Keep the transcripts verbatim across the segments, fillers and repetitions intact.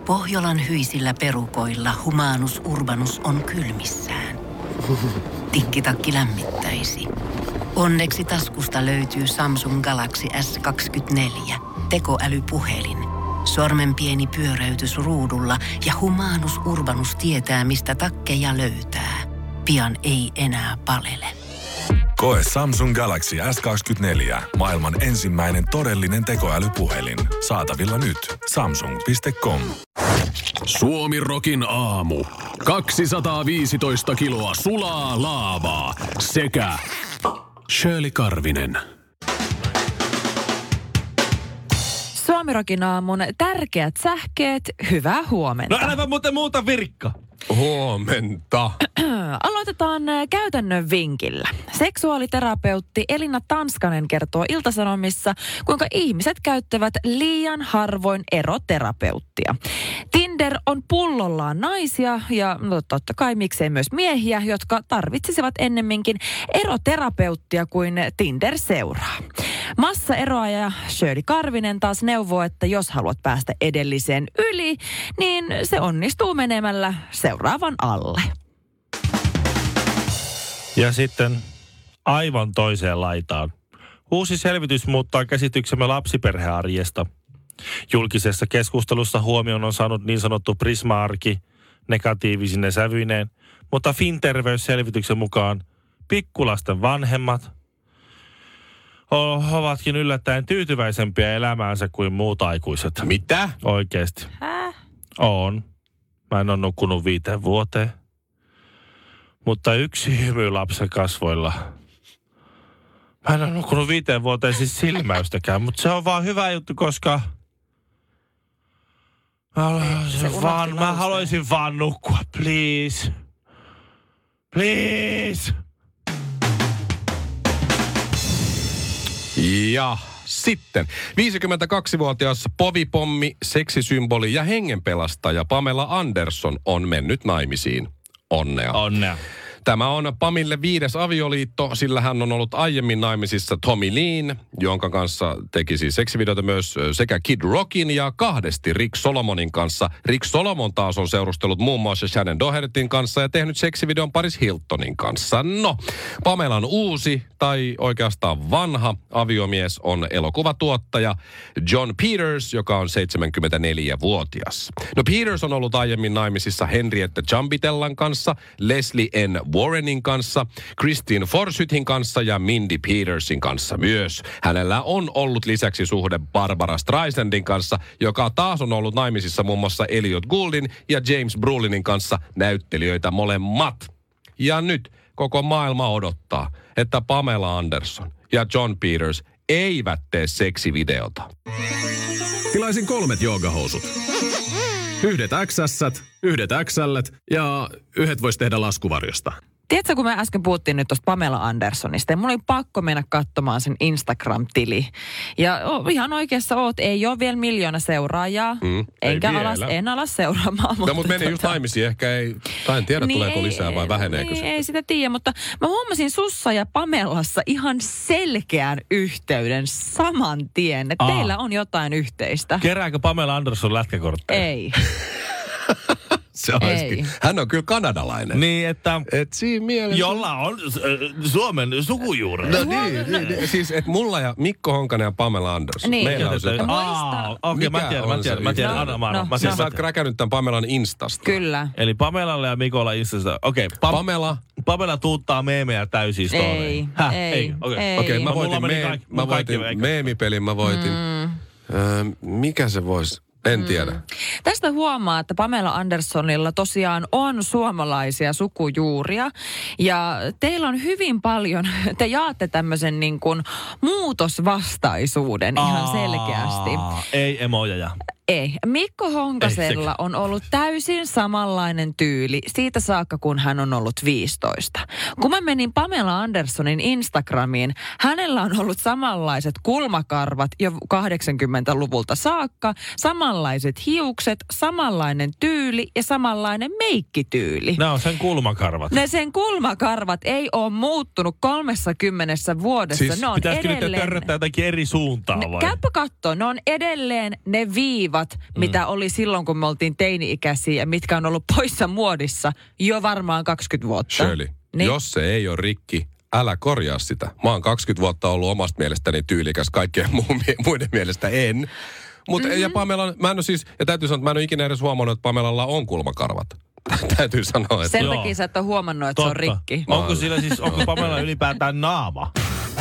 Pohjolan hyisillä perukoilla Humanus Urbanus on kylmissään. Tikkitakki lämmittäisi. Onneksi taskusta löytyy Samsung Galaxy S kaksikymmentäneljä, tekoälypuhelin. Sormen pieni pyöräytys ruudulla ja Humanus Urbanus tietää, mistä takkeja löytää. Pian ei enää palele. Koe Samsung Galaxy S kaksikymmentäneljä, maailman ensimmäinen todellinen tekoälypuhelin. Saatavilla nyt. samsung piste com. Suomi-rokin aamu. kaksisataaviisitoista kiloa sulaa laavaa sekä Shirley Karvinen. Suomi-rokin aamun tärkeät sähkeet, hyvää huomenta. No äläpä muuten muuta virkka. Huomenta. Aloitetaan käytännön vinkillä. Seksuaaliterapeutti Elina Tanskanen kertoo Ilta-Sanomissa, kuinka ihmiset käyttävät liian harvoin eroterapeuttia. Tinder on pullollaan naisia ja no, totta kai miksei myös miehiä, jotka tarvitsisivat ennemminkin eroterapeuttia kuin Tinder-seuraa. Massaeroaja Shirley Karvinen taas neuvoo, että jos haluat päästä edelliseen yli, niin se onnistuu menemällä seuraavan alle. Ja sitten aivan toiseen laitaan. Uusi selvitys muuttaa käsityksemme lapsiperhearjesta. Julkisessa keskustelussa huomioon on saanut niin sanottu Prisma-arki negatiivisine sävyineen, mutta Finterveysselvityksen mukaan pikkulasten vanhemmat ovatkin yllättäen tyytyväisempiä elämäänsä kuin muut aikuiset. Mitä? Oikeesti. Häh? On. Mä en ole nukkunut viiteen vuoteen. Mutta yksi hymy lapsen kasvoilla. Mä en ole nukkunut viiteen vuoteen siis silmäystäkään, mutta se on vaan hyvä juttu, koska mä haluaisin, vaan, mä haluaisin vaan nukkua, please. Please. Ja sitten viisikymmentäkaksivuotias povipommi, seksisymboli ja hengenpelastaja Pamela Anderson on mennyt naimisiin. Onnea. Onnea. Tämä on Pamille viides avioliitto, sillä hän on ollut aiemmin naimisissa Tommy Leen, jonka kanssa teki siis seksivideota myös sekä Kid Rockin ja kahdesti Rick Solomonin kanssa. Rick Solomon taas on seurustellut muun muassa Shannon Dohertyn kanssa ja tehnyt seksivideon Paris Hiltonin kanssa. No, Pamelan uusi tai oikeastaan vanha aviomies on elokuvatuottaja John Peters, joka on seitsemänkymmentäneljävuotias. No Peters on ollut aiemmin naimisissa Henriette Jambitellan kanssa, Leslie N. Warrenin kanssa, Christine Forsythin kanssa ja Mindy Petersin kanssa myös. Hänellä on ollut lisäksi suhde Barbara Streisandin kanssa, joka taas on ollut naimisissa muun muassa Elliot Gouldin ja James Brolinin kanssa, näyttelijöitä molemmat. Ja nyt koko maailma odottaa, että Pamela Anderson ja John Peters eivät tee seksivideota. Tilaisin kolmet joogahousut. Yhdet äksässät, yhdet äksället ja yhdet vois tehdä laskuvarjosta. Tiedätkö, kun me äsken puhuttiin nyt tuosta Pamela Andersonista, ja mulla oli pakko mennä katsomaan sen Instagram-tili. Ja o, ihan oikeassa oot, ei ole vielä miljoona seuraajaa, mm, enkä alas, en alas seuraamaan. No, mutta meni just naimisiin, ehkä ei, tai en tiedä, niin tuleeko ei, lisää vai väheneekö niin, se. Ei sitä tiedä, mutta mä huomasin sussa ja Pamelassa ihan selkeän yhteyden saman tien, että teillä on jotain yhteistä. Kerääkö Pamela Anderson lätkäkortteja? Ei. Se olisikin. Hän on kyllä kanadalainen. Niin, että et siinä mielessä jolla on äh, Suomen sukujuuret. No niin, niin, niin, siis että mulla ja Mikko Honkanen ja Pamela Anderson. Niin. Meillä on se. Aa, okei, mä tiedän, mä tiedän, mä tiedän. Anna, mä no, mä siis sä oot kräkännyt tämän Pamelan Instasta. Kyllä. Eli Pamelalle ja Mikolla Instasta. Okei, okay, Pam- Pamela. Pamela tuuttaa meemejä täysin storeihin. Ei, Häh, ei, ei. Okei, ei. Okei, okay, mä No, voitin, meni me- kaikki- mä voitin kaikki- meemipelin, mä voitin. Mm. Öö, mikä se voisi? En tiedä. Mm. Tästä huomaa, että Pamela Andersonilla tosiaan on suomalaisia sukujuuria. Ja teillä on hyvin paljon, te jaatte tämmöisen niin kuin muutosvastaisuuden ihan selkeästi. Ei emoja. Ei. Mikko Honkasella on ollut täysin samanlainen tyyli siitä saakka, kun hän on ollut viisitoista. Kun mä menin Pamela Andersonin Instagramiin, hänellä on ollut samanlaiset kulmakarvat jo kahdeksankymmentäluvulta saakka, samanlaiset hiukset, samanlainen tyyli ja samanlainen meikkityyli. Ne on sen kulmakarvat. Ne sen kulmakarvat ei ole muuttunut kolmessakymmenessä vuodessa. Siis ne on pitäisikö edelleen... nyt törröttää jotakin eri suuntaan vai? Käypä kattoo, ne on edelleen ne viivat karvat, mm. mitä oli silloin, kun me oltiin teini-ikäisiä ja mitkä on ollut poissa muodissa jo varmaan kaksikymmentä vuotta. Shirley, niin. Jos se ei ole rikki, älä korjaa sitä. Mä oon kaksikymmentä vuotta ollut omasta mielestäni tyylikäs, kaikkien muiden mielestä en. Mutta mm-hmm. ja Pamela, mä en ole siis, ja täytyy sanoa, että mä en ole ikinä edes huomannut, että Pamelalla on kulmakarvat. Täytyy sanoa, että... Sen takia sä et ole huomannut, että Totta. se on rikki. Onko sillä siis, onko Pamela ylipäätään naama?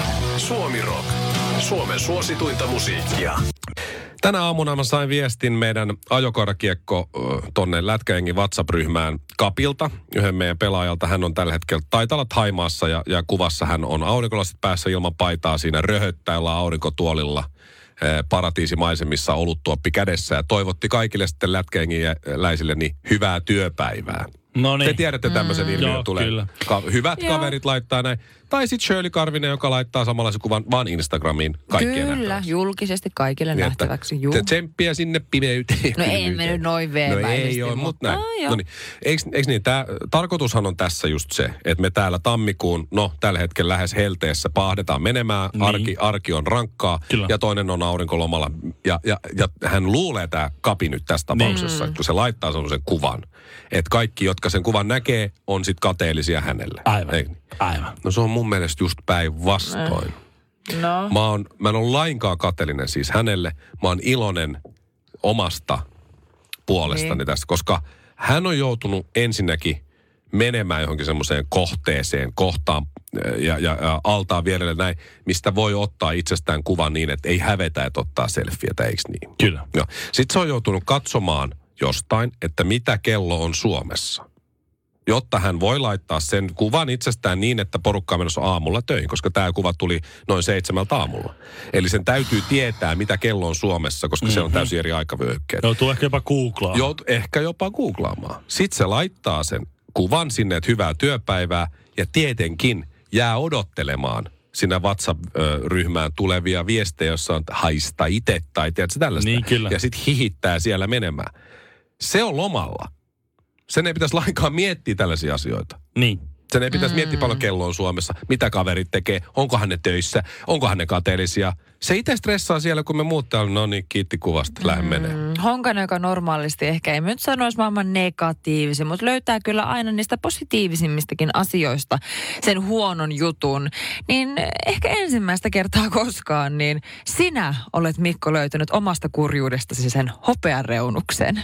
Suomi Rock. Suomen suosituinta musiikkia. Tänä aamuna mä sain viestin meidän ajokoirakiekko tonne Lätkäjengin WhatsApp-ryhmään Kapilta. Yhden meidän pelaajalta. Hän on tällä hetkellä, taitaa olla Thaimaassa ja, ja kuvassa hän on aurinkolasit päässä ilman paitaa siinä röhöttää jollain aurinkotuolilla paratiisimaisemissa oluttuoppi kädessä ja toivotti kaikille sitten lätkäjengiläisille niin hyvää työpäivää. No niin. Te tiedätte tämmöisen mm. ilmiön Joo, tulee. Ka- hyvät Joo. kaverit laittaa näin. Tai sitten Shirley Karvinen, joka laittaa samanlaisen kuvan vaan Instagramiin kaikkien Kyllä, nähtäväksi. julkisesti kaikille niin, nähtäväksi. Te tsemppiä sinne pimeyteen. No ei mennyt noin veeväisesti. No ei ole, mutta näin. Ah, no niin. Eikö, eikö niin, tämä tarkoitushan on tässä just se, että me täällä tammikuun, no tällä hetkellä lähes helteessä paahdetaan menemään. Niin. Arki, arki on rankkaa Kyllä. ja toinen on aurinkolomalla. Ja, ja, ja hän luulee tämä Kapi nyt tässä tapauksessa, niin. kun se laittaa sellaisen kuvan. Että kaikki, jotka sen kuvan näkee, on sitten kateellisia hänelle. Aivan, Eikö? aivan. No se on mun mielestä just päinvastoin. No. Mä, oon, mä en ole lainkaan kateellinen siis hänelle. Mä oon iloinen omasta puolestani niin. tästä, koska hän on joutunut ensinnäkin menemään johonkin semmoiseen kohteeseen, kohtaan ja, ja, ja altaan vierelle näin, mistä voi ottaa itsestään kuvan niin, että ei hävetä, että ottaa selfietä, eikö niin? Kyllä. No. Sitten se on joutunut katsomaan jostain, että mitä kello on Suomessa. Jotta hän voi laittaa sen kuvan itsestään niin, että porukka on menossa aamulla töihin, koska tämä kuva tuli noin seitsemältä aamulla. Eli sen täytyy tietää, mitä kello on Suomessa, koska mm-hmm. se on täysin eri aikavyöhykkeet. Joutuu ehkä jopa googlaamaan. Jout, ehkä jopa googlaamaan. Sitten se laittaa sen kuvan sinne, että hyvää työpäivää, ja tietenkin jää odottelemaan sinä WhatsApp-ryhmään tulevia viestejä, jossa on haista itse tai tiedätkö tällaista. Niin, kyllä. Ja sitten hihittää siellä menemään. Se on lomalla. Sen ei pitäisi lainkaan miettiä tällaisia asioita. Niin. Sen ei pitäisi mm. miettiä paljon kello on Suomessa, mitä kaverit tekee, onkohan ne töissä, onkohan ne kateellisia. Se itse stressaa siellä, kun me muut täällä, no niin, kiitti kuvasta, lähden mm. menee. Honkanen, joka normaalisti ehkä ei nyt sanoisi maailman negatiivisen, mutta löytää kyllä aina niistä positiivisimmistakin asioista sen huonon jutun. Niin ehkä ensimmäistä kertaa koskaan, niin sinä olet, Mikko, löytänyt omasta kurjuudestasi sen hopeareunuksen.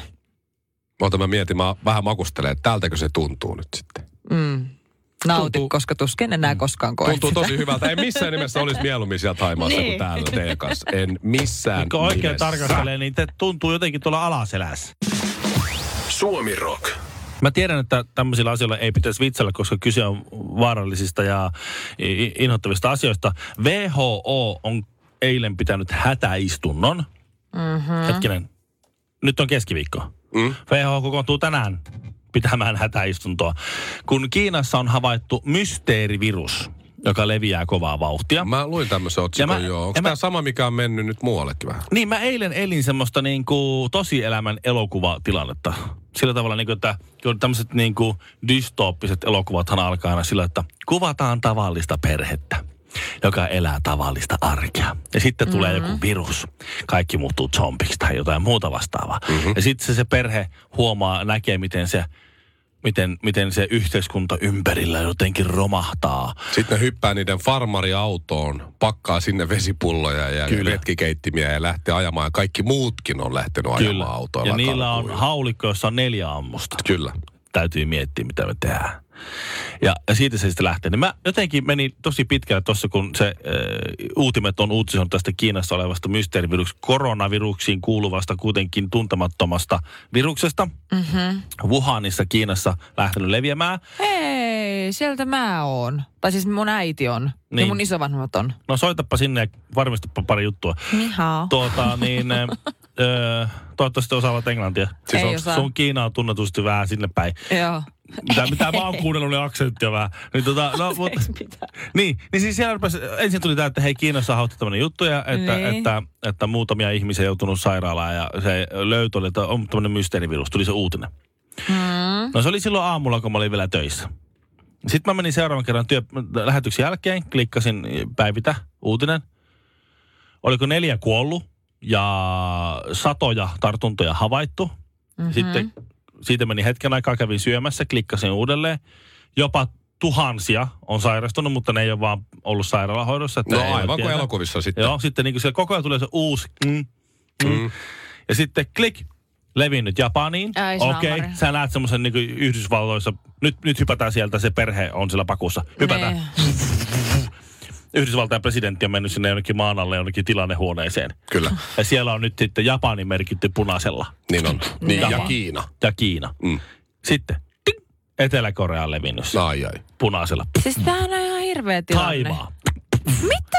Ota mä mietin, mä vähän makustelen, että täältäkö se tuntuu nyt sitten. Mm. Nauti, tuntuu, koska tuskin enää koskaan koet Tuntuu sitä. tosi hyvältä. Ei missään nimessä olisi mieluummin siellä Thaimaassa niin. kuin täällä teidän kanssa. En missään Kun oikein nimessä. tarkastelee, niin te tuntuu jotenkin tuolla alaselässä. Suomi Rock. Mä tiedän, että tämmöisillä asioilla ei pitäisi vitsellä, koska kyse on vaarallisista ja inhottavista asioista. W H O on eilen pitänyt hätäistunnon. Mm-hmm. Hetkinen, nyt on keskiviikko. Mm. W H O kokoontuu tänään pitämään hätäistuntoa, kun Kiinassa on havaittu mysteerivirus, joka leviää kovaa vauhtia. Mä luin tämmöisen otsikon, joo. Onko tämä mä... sama, mikä on mennyt nyt muuallekin vähän? Niin, mä eilen elin semmoista niinku tosielämän elokuvatilannetta. Sillä tavalla, niinku, että tämmöiset niinku dystooppiset elokuvathan alkaa aina sillä, että kuvataan tavallista perhettä, joka elää tavallista arkea. Ja sitten tulee mm-hmm. joku virus. Kaikki muuttuu zombiksi tai jotain muuta vastaavaa. Mm-hmm. Ja sitten se, se perhe huomaa, näkee, miten se, miten, miten se yhteiskunta ympärillä jotenkin romahtaa. Sitten ne hyppää niiden farmariautoon, pakkaa sinne vesipulloja ja Kyllä. retkikeittimiä ja lähtee ajamaan. Kaikki muutkin on lähtenyt Kyllä. ajamaan autoilla. Ja niillä on haulikko, jossa on neljä ammusta. Kyllä. Täytyy miettiä, mitä me tehdään. Ja, ja siitä se sitten lähtee. Niin mä jotenkin menin tosi pitkälle tuossa, kun se äh, uutimet on uutisoinut tästä Kiinassa olevasta mysteeriviruksesta, koronaviruksiin kuuluvasta kuitenkin tuntemattomasta viruksesta. Mm-hmm. Wuhanissa Kiinassa lähtenyt leviämään. Hei, sieltä mä oon. Tai siis mun äiti on. Niin. Ja mun isovanhemmat on. No soitapa sinne ja varmistapa pari juttua. Nihao. Tuota niin... Öö, toivottavasti osaavat englantia. Siis Ei on, osaa. sun Kiina on tunnetusti vähän sinne päin. Joo. Mitä, mitä mä oon kuunnellut, niin aksenttia vähän. Niin, tota, no, mut, niin, niin siis siellä rupesi, ensin tuli tämä, että hei, Kiinassa on hautti tämmöinen juttuja, että, niin. että, että, että muutamia ihmisiä on joutunut sairaalaan ja se löytö oli, että on tämmöinen mysteerivirus, tuli se uutinen. Hmm. No se oli silloin aamulla, kun mä olin vielä töissä. Sitten mä menin seuraavan kerran työ, lähetyksen jälkeen, klikkasin päivitä, uutinen. Oliko neljä kuollut? ja satoja tartuntoja havaittu. Mm-hmm. Sitten siitä meni hetken aikaa, kävin syömässä, klikkasin uudelleen. Jopa tuhansia on sairastunut, mutta ne ei ole vaan ollut sairaalahoidossa. Että no aivan kuin elokuvissa sitten. Joo, sitten niin kuin siellä koko ajan tulee se uusi mm, mm. Mm. Ja sitten klik, levinnyt Japaniin. Okei, okay, sä näet semmoisen niin kuin Yhdysvalloissa, nyt, nyt hypätään sieltä, se perhe on siellä pakussa. Hypätään. Ne. Yhdysvaltain presidentti on mennyt sinne jonnekin maan alle, jonnekin tilannehuoneeseen. Kyllä. Ja siellä on nyt sitten Japani merkitty punaisella. Niin on. Niin, ja Kiina. Ja Kiina. Mm. Sitten ting, Etelä-Korea on levinnyt. Ai ai. Punaisella. Siis tämähän on ihan hirveä tilanne. Taimaa. Mitä?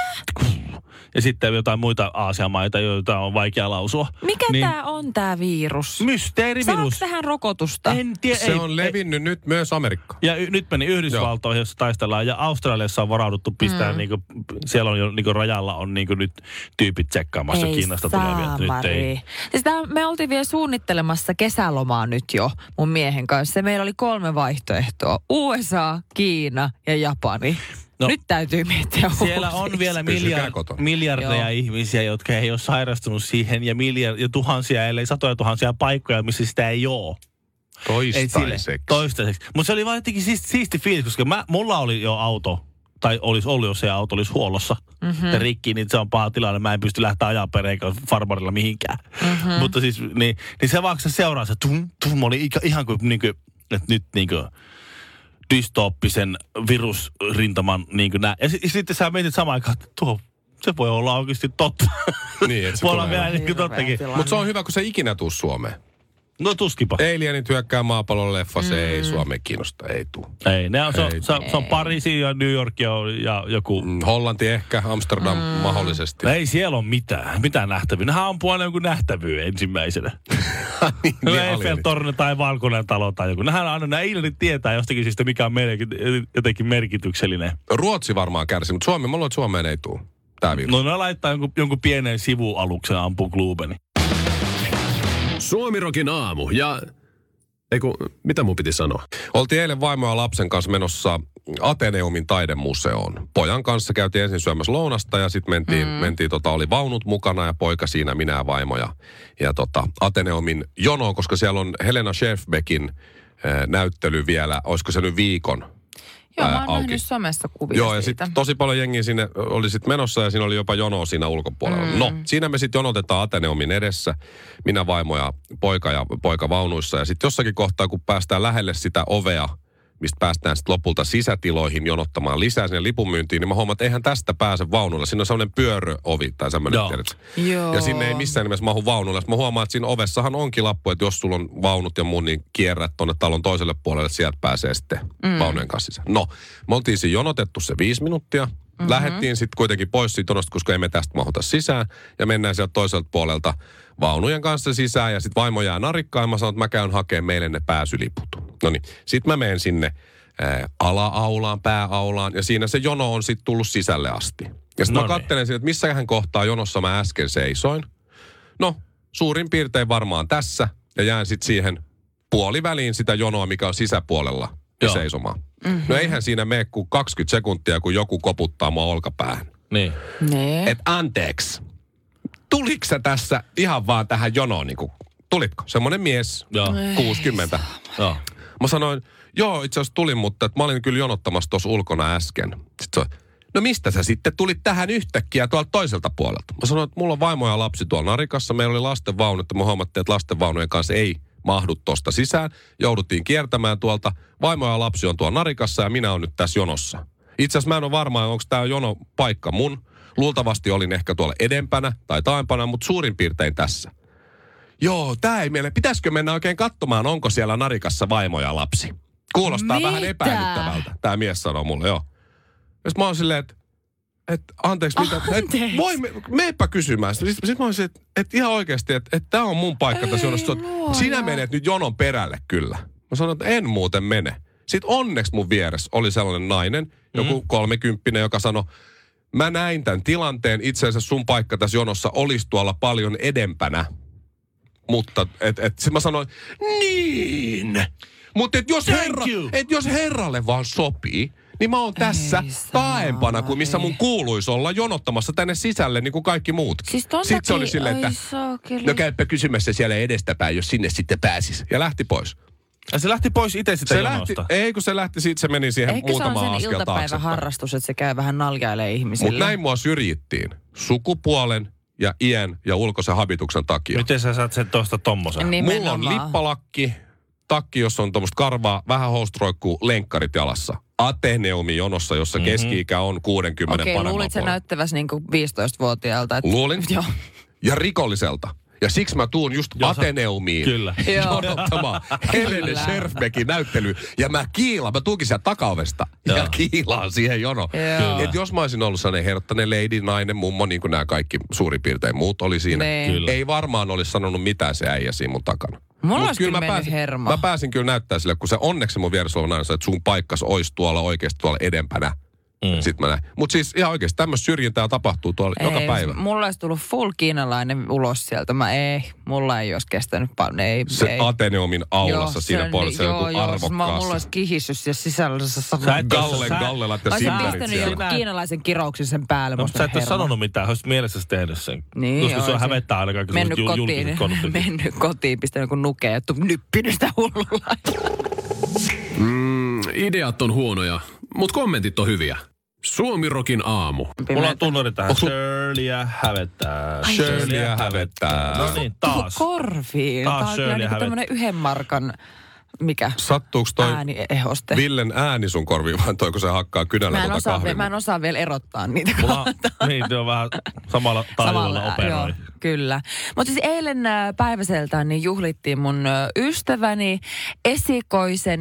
Ja sitten jotain muita Aasian maita, joita on vaikea lausua. Mikä niin, tämä on tämä virus? Mysteerivirus. Saako tähän rokotusta? En tiedä. Se ei, on levinnyt ei, nyt myös Amerikkaan. Ja y, nyt meni Yhdysvaltoihin, jossa taistellaan. Ja Australiassa on varauduttu pistää, mm. niinku, siellä on jo niinku rajalla on niinku nyt tyypit tsekkaamassa ei Kiinasta tulevia. Nyt ei. Siis tämän, me oltiin vielä suunnittelemassa kesälomaa nyt jo mun miehen kanssa. Meillä oli kolme vaihtoehtoa. U S A, Kiina ja Japani. No, nyt täytyy miettiä siellä on vielä miljard, miljardeja Joo. ihmisiä, jotka ei ole sairastunut siihen ja, miljard, ja tuhansia, ellei satoja tuhansia paikkoja, missä sitä ei ole. Toistaiseksi. Toistaiseksi. Mutta se oli vaan jotenkin siisti, siisti fiilis, koska mä, mulla oli jo auto, tai olisi ollut, jos se auto olisi huollossa mm-hmm. ja rikki, niin se on paha tilanne. Mä en pysty lähteä ajaa perheen farmarilla mihinkään. Mm-hmm. Mutta siis, niin, niin se vaan se seuraa se tum, tum, oli ihan kuin, niin kuin että nyt niin kuin dystooppisen virusrintaman niin kuin nää. Ja, s- ja sitten sä mietit samaan aikaan, että tuo, se voi olla oikeasti totta. Niin, että se voi olla vielä niin kuin tottakin. Mutta se on hyvä, kun se ikinä tuu Suomeen. No tuskipa. Alienit hyökkää maapallon leffa, se mm. ei Suomeen kiinnosta, ei tuu. Ei, ne on, se, on, se, se on Pariisi ja New York ja, ja joku... Mm, Hollanti ehkä, Amsterdam mm. mahdollisesti. Ei siellä ole mitään, mitään nähtävyyttä. Nehän on puolella joku nähtävyys ensimmäisenä. niin, no Eiffel-torni tai Valkoinen talo tai joku. Nehän aina, nämä alienit tietää jostakin syystä, mikä on meillekin jotenkin merkityksellinen. Ruotsi varmaan kärsi, mutta Suomi, mulla on, että Suomeen ei tuu tää virus. No ne laittaa jonkun, jonkun pienen sivualuksen ampuu Glubeni. Suomirokin aamu ja... Eiku, mitä mun piti sanoa? Oltiin eilen vaimo ja lapsen kanssa menossa Ateneumin taidemuseoon. Pojan kanssa käytiin ensin syömässä lounasta ja sitten mentiin, mm. mentiin tota, oli vaunut mukana ja poika siinä, minä ja vaimo ja, ja tota, Ateneumin jonoon, koska siellä on Helena Schäfbeckin äh, näyttely vielä, olisiko se nyt viikon? Joo, mä oon nähnyt somessa kuvia Joo, ja sitten tosi paljon jengiä sinne oli sitten menossa ja siinä oli jopa jonoa siinä ulkopuolella. Mm. No, siinä me sitten jonotetaan Ateneumin edessä, minä, vaimo ja poika ja poika vaunuissa. Ja sitten jossakin kohtaa, kun päästään lähelle sitä ovea, mistä päästään sitten lopulta sisätiloihin jonottamaan lisää sinne lipunmyyntiin, niin mä huomaan, että eihän tästä pääse vaunulla. Siinä on sellainen pyöröovi tai semmoinen, Joo. Ja sinne ei missään nimessä mahu vaunulla. Sitten mä huomaan, että siinä ovessahan onkin lappu, että jos sulla on vaunut ja mun, niin kierrät tonne talon toiselle puolelle, että sieltä pääsee sitten mm. vaunujen kanssa sisään. No, me oltiin siinä jonotettu se viisi minuuttia. Mm-hmm. Lähdettiin sitten kuitenkin pois siitä jonosta, koska emme tästä mahuta sisään. Ja mennään sieltä toiselta puolelta vaunujen kanssa sisään. Ja sitten vaimo jää narikkaan ja mä sanon, että mä käyn hakemaan meille ne pääsyliput. No niin, sitten mä menen sinne ää, ala-aulaan, pääaulaan. Ja siinä se jono on sitten tullut sisälle asti. Ja sitten mä katselen siinä, että missähän kohtaa jonossa mä äsken seisoin. No, suurin piirtein varmaan tässä. Ja jään sitten siihen puoliväliin sitä jonoa, mikä on sisäpuolella ja seisomaan. Mm-hmm. No eihän siinä mene kuin kaksikymmentä sekuntia, kun joku koputtaa mua olkapäähän. Niin. Nee. Et anteeksi, tuliko sä tässä ihan vaan tähän jonoon, niin kuin, tulitko? Semmoinen mies, Joo. kuusikymmentä. Joo. Mä sanoin, joo itse asiassa tulin, mutta että mä olin kyllä jonottamassa tuossa ulkona äsken. Sitten se no mistä sä sitten tulit tähän yhtäkkiä tuolta toiselta puolelta? Mä sanoin, että mulla on vaimo ja lapsi tuolla narikassa, meillä oli lastenvaunu, että me huomattiin, että lastenvaunujen kanssa ei mahdu tosta sisään. Jouduttiin kiertämään tuolta. Vaimo ja lapsi on tuolla narikassa ja minä olen nyt tässä jonossa. Itse asiassa mä en ole varma, onko tämä jono paikka mun. Luultavasti olin ehkä tuolla edempänä tai taimpana, mutta suurin piirtein tässä. Joo, tää ei meille. Pitäisikö mennä oikein katsomaan, onko siellä narikassa vaimo ja lapsi? Kuulostaa Mitä? vähän epäilyttävältä. Tämä mies sanoo mulle, joo. Ja sit mä oon silleen, että et, anteeksi, mitä? Anteeksi. Et, voi, me, meepä kysymään. Sitten sit mä oon silleen, että et ihan oikeasti, että et tää on mun paikka tässä jonossa. Sinä menet nyt jonon perälle kyllä. Mä sanoin, että en muuten mene. Sitten onneksi mun vieressä oli sellainen nainen, joku mm. kolmekymppinen, joka sanoi, mä näin tämän tilanteen, itse asiassa sun paikka tässä jonossa olisi tuolla paljon edempänä. Mutta, että et, sit mä sanoin, niin. Mutta et jos, herra, et jos herralle vaan sopii, niin mä oon tässä Ei taaempana kuin missä mun saamari. kuuluisi olla jonottamassa tänne sisälle niin kuin kaikki muutkin. Siis ton Sitten se oli takia- silleen, että ai saakeli. no käypä kysymässä siellä edestäpäin, jos sinne sitten pääsis. Ja lähti pois. Ja se lähti pois itse sitä Se jonosta. lähti, ei kun se lähti, siitä se meni siihen Ehkä se on muutama sen askel taaksepäin. iltapäiväharrastus, että se käy vähän naljailee ihmisille. Mutta näin mua syrjittiin sukupuolen ja iän ja ulkoisen habituksen takia. Miten sä saat sen tosta tommosen? Niin. Mulla on Nimenomaan. lippalakki, takki, jossa on tuommoista karvaa, vähän housut roikkuu, lenkkarit jalassa. Ateneumi jonossa, jossa mm-hmm. keski-ikä on kuudenkymmenen Okei, paremman luulit sä puolella. näyttäväsi niinku viisitoistavuotiaalta? Että... Luulin. Joo. Ja rikolliselta. Ja siksi mä tuun just Joo, sä- Ateneumiin Kyllä. Joo. jonottamaan Helene Kyllä. Scherfbeckin näyttely. Ja mä kiilaan, mä tuunkin sieltä takaovesta ja Joo. kiilaan siihen jonoon. Joo. Et jos mä olisin ollut sellainen herttainen lady, nainen, mummo, niin kuin nämä kaikki suurin piirtein muut oli siinä. Niin. Kyllä. Ei varmaan olisi sanonut mitään se äijä siinä mun takana. Mulla Mut olisi kyllä kyllä mä mennyt pääsin, hermo. mä pääsin kyllä näyttää sille, kun se onneksi mun vieressä on aina se, että sun paikkas olisi tuolla oikeasti tuolla edempänä. Mm. Sitten mä näin. Mutta siis ihan oikeasti tämmöistä syrjintää tapahtuu tuolla Ei, joka päivä. Mulla olisi tullut full kiinalainen ulos sieltä. Mä ei, mulla ei olisi kestänyt paljon. Ei, Se ei. Ateneumin aulassa Joo, siinä on puolella, se niin- on joo, joku joo, siis mä- Mulla arvokkaassa. olisi kihissyt siellä sisällä. Sä et Gallen, Sä- Gallelat ja Mä olisin Simperit pistänyt siellä. jonkun kiinalaisen kirouksen sen päälle. No, musta mutta sä et ole hermo. sanonut mitään, olisit mielessäsi tehnyt sen. Niin, Koska se joo, on hävettää aina kaikki Mennyt semmoset ju- kotiin, julkiset konfliktit. mennyt kotiin, pistänyt jonkun nukeen ja tu- nyppinyt sitä hullulla. Mm, ideat on huonoja, mutta kommentit on hyviä. Suomirokin aamu. Mulla on tunnari tähän. Onks sun- Shirleyä hävettää. Shirleyä hävettää. No niin, taas. Korviin. Taas Tää on kyllä Shirley niinku hävet- tämmönen yhden markan, mikä, Sattuuko toi ääniehoste. Villen ääni sun korviin vai toiko se hakkaa kynällä Mä en, tuota osaa, kahvia? vielä- mä en osaa vielä erottaa niitä Mulla on, niin, ne on vähän samalla taajuudella operoi. joo, kyllä. Mutta siis eilen äh, päiväseltään niin juhlittiin mun äh, ystäväni esikoisen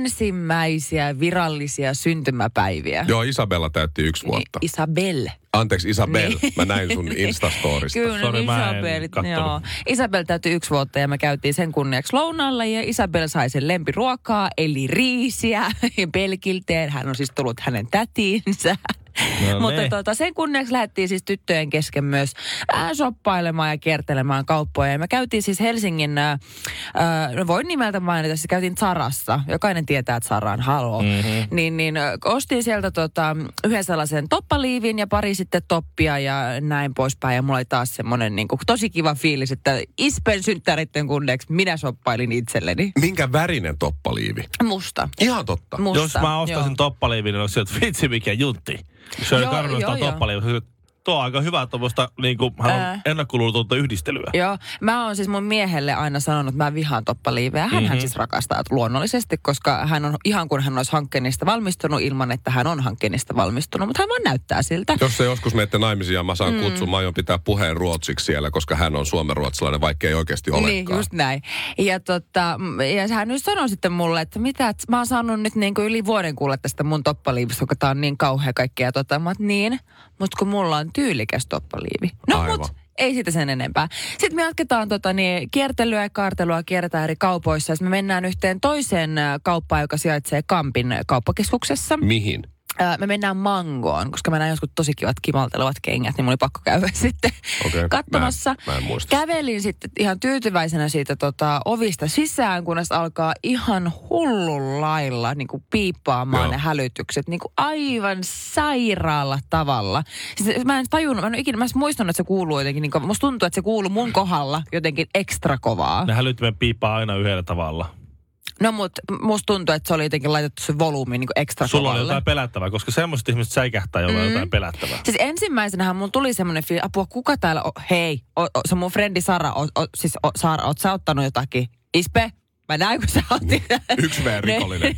ensimmäisiä virallisia syntymäpäiviä. Joo, Isabella täytti yksi vuotta. Isabelle. Anteeksi Isabel, Niin. mä näin sun Instastorista. Kyllä, Sori, mä en Isabel, kattonut. joo. Isabel täytyi yksi vuotta ja me käytiin sen kunniaksi lounaalla ja Isabel sai sen lempiruokaa, eli riisiä pelkilteen. Hän on siis tullut hänen tätiinsä. No Mutta ne. tuota, sen kunniaksi lähdettiin siis tyttöjen kesken myös äh, shoppailemaan ja kiertelemään kauppoja. Ja me käytiin siis Helsingin, äh, äh, no voin nimeltä mainita, siis käytiin Zarassa. Jokainen tietää, että Zara on haloo. Mm-hmm. Niin, niin äh, ostin sieltä tota, yhden sellaisen toppaliivin ja pari sitten toppia ja näin poispäin. Ja mulla oli taas semmoinen niin kuin, tosi kiva fiilis, että Ispen synttäritten kunniaksi minä shoppailin itselleni. Minkä värinen toppaliivi? Musta. Ihan totta. Musta. Jos mä ostaisin toppaliivin, niin olisi se, että vitsi mikä juntti. Se oli Joo, Karmelista joo, joo. toppaliivin. Tuo on aika hyvää tuommoista niinku, Ää. ennakkoluulotonta yhdistelyä. Joo, mä oon siis mun miehelle aina sanonut, että mä vihaan toppaliiveä. Hän mm-hmm. siis rakastaa luonnollisesti, koska hän on ihan kuin hän olisi hankkeenista valmistunut ilman, että hän on hankkeenista valmistunut. Mutta hän vaan näyttää siltä. Jos se joskus menette naimisiin ja mä saan mm. kutsun, mä aion pitää puheen ruotsiksi siellä, koska hän on suomenruotsalainen, vaikka ei oikeasti olekaan. Niin, just näin. Ja, tota, ja hän nyt sanoi sitten mulle, että mitä, että mä oon saanut nyt niin kuin yli vuoden kuulla tästä mun toppaliivista, joka tää on niin kauhea kaikkea. Ja tota, mä oon, niin, mutta kun mulla on tyylikäs toppaliivi. No Aivan. mut, ei siitä sen enempää. Sitten me jatketaan tota, niin, kiertelyä ja kaartelua, kierretään eri kaupoissa. Sitten me mennään yhteen toiseen äh, kauppaan, joka sijaitsee Kampin äh, kauppakeskuksessa. Mihin? Ää, me mennään Mangoon, koska mä näin joskus tosi kivat kimaltelevat kengät, niin mulla oli pakko käydä sitten Okei, katsomassa. mä en- mä en muista. Kävelin sitten ihan tyytyväisenä siitä tota, ovista sisään, kunnes alkaa ihan hullun lailla niin kuin piippaamaan Joo. ne hälytykset. Niin kuin aivan sairaalla tavalla. Siis, mä en tajunnut, mä en ole ikinä, mä en muistanut, että se kuuluu jotenkin, niin kuin, musta tuntuu, että se kuuluu mun kohdalla jotenkin ekstra kovaa. Ne hälyttimen piippaa aina yhdellä tavalla. No mut musta tuntuu, että se oli jotenkin laitettu se volyymi niin kuin ekstra Sulla kovalle. oli jotain pelättävää, koska semmoiset ihmiset säikähtää, joilla on Mm. jotain pelättävää. Siis ensimmäisenähän mun tuli semmoinen fiilis, apua, kuka täällä on? Hei, o, o, se on mun frendi Sara, o, o, siis o, Sara, oot sä ottanut jotakin? Ispe, mä näin, kun sä otit. Yksi V-rikollinen.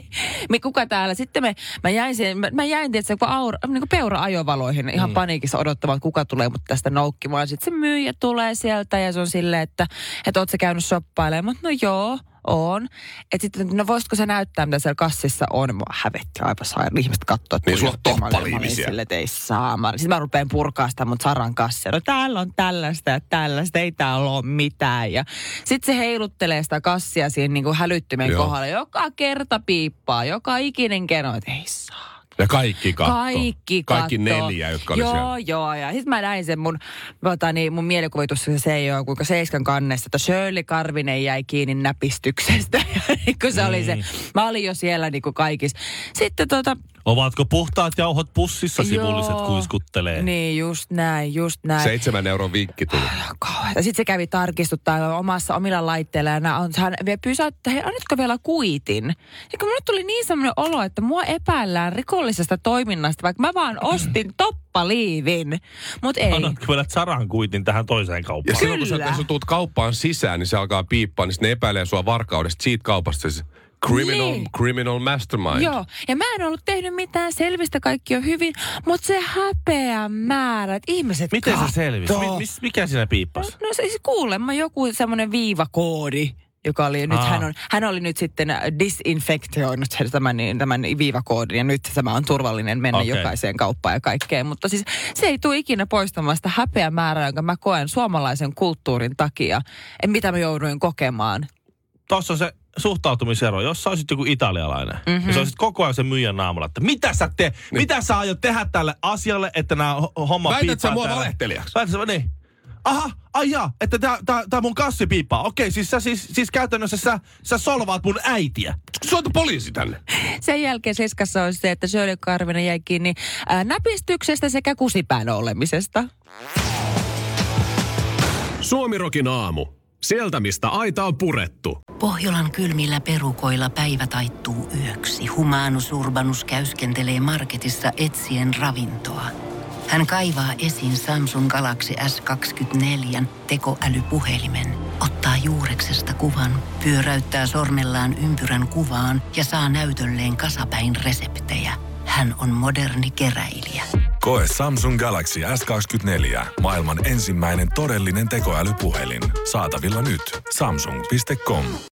Me kuka täällä? Sitten me, mä jäin siihen, mä, mä jäin tietysti kun aura, niin kuin peura-ajovaloihin ihan mm. paniikissa odottamaan, että kuka tulee mut tästä noukkimaan. Sitten se myyjä tulee sieltä ja se on silleen, että, että oot sä käynyt shoppailemaan. No joo. On. Että sitten, no voisitko sä näyttää, mitä siellä kassissa on? Mua hävetti aivan sairaan. Ihmiset katsoo, että Niin sulla on tuijotti. Mä olin- toppaliivi mä olin siellä. silleen, että ei saa. Mä- Sitten mä rupean purkaa sitä mun Saran kassia. No täällä on tällaista ja tällaista, ei täällä ole mitään. Ja sitten se heiluttelee sitä kassia siinä niin kuin hälyttimen Joo. kohdalla. Joka kerta piippaa, joka ikinen kerta, että ei saa. Ja kaikki katto. Kaikki katto. Kaikki neljä, jotka oli joo, siellä. Joo, ja sitten mä näin sen mun, niin, mun mielikuvitus, se ei ole kuinka Seiskan kannessa, että Shirley Karvinen jäi kiinni näpistyksestä. kun se mm. oli se, mä olin jo siellä niin kuin kaikissa. Sitten tota... Ovatko puhtaat jauhot pussissa, sivulliset joo, kuiskuttelee? Niin, just näin, just näin. Seitsemän euron vinkki tuli. Ja sitten se kävi tarkistuttaa omassa omilla laitteilla ja hän vielä pysäyttää, hei, annatko vielä kuitin? Ja kun mulle tuli niin semmoinen olo, että mua epäillään rikollisesta toiminnasta, vaikka mä vaan ostin toppaliivin. Mut ei. Annatko vielä Zaran kuitin tähän toiseen kauppaan? Ja silloin kun sä, kun sä tuut kauppaan sisään, niin se alkaa piippaa, niin sitten ne epäilee sua varkaudesta siitä kaupasta. Criminal, niin. criminal mastermind. Joo, ja mä en ollut tehnyt mitään, selvistä kaikki on hyvin, mutta se häpeä määrä, että ihmiset miten kattoo. se selvisi? Mi- mikä siinä piippasi? No, no siis kuulemma joku semmoinen viivakoodi, joka oli, nyt hän, on, hän oli nyt sitten disinfektioinut tämän, tämän viivakoodin ja nyt tämä on turvallinen mennä okay. jokaiseen kauppaan ja kaikkeen. Mutta siis se ei tule ikinä poistamaan sitä häpeä määrää, jonka mä koen suomalaisen kulttuurin takia, en mitä mä jouduin kokemaan. Tuossa on se suhtautumisero. Jos sä olisit joku italialainen, mm-hmm. ja sä olisit koko ajan sen myyjän naamalla, että mitä sä te, niin. mitä sä aiot tehdä tälle asialle, että nämä homma piippaa. Väität sä mua valehtelijaksi? Väität sä, niin. Aha, ai jaa, että tää, tää, tää mun kassi piippaa. Okei, siis sä siis, siis käytännössä sä, sä solvaat mun äitiä. Soita poliisi tänne. Sen jälkeen Seiskassa on se, että Shirley Karvinen jäi kiinni ää, näpistyksestä sekä kusipään olemisesta. Suomirokin aamu. Sieltä, mistä aita on purettu. Pohjolan kylmillä perukoilla päivä taittuu yöksi. Humanus Urbanus käyskentelee marketissa etsien ravintoa. Hän kaivaa esiin Samsung Galaxy S kaksikymmentäneljä tekoälypuhelimen, ottaa juureksesta kuvan, pyöräyttää sormellaan ympyrän kuvaan ja saa näytölleen kasapäin reseptejä. Hän on moderni keräilijä. Koe Samsung Galaxy S kaksikymmentäneljä. Maailman ensimmäinen todellinen tekoälypuhelin. Saatavilla nyt. Samsung piste com.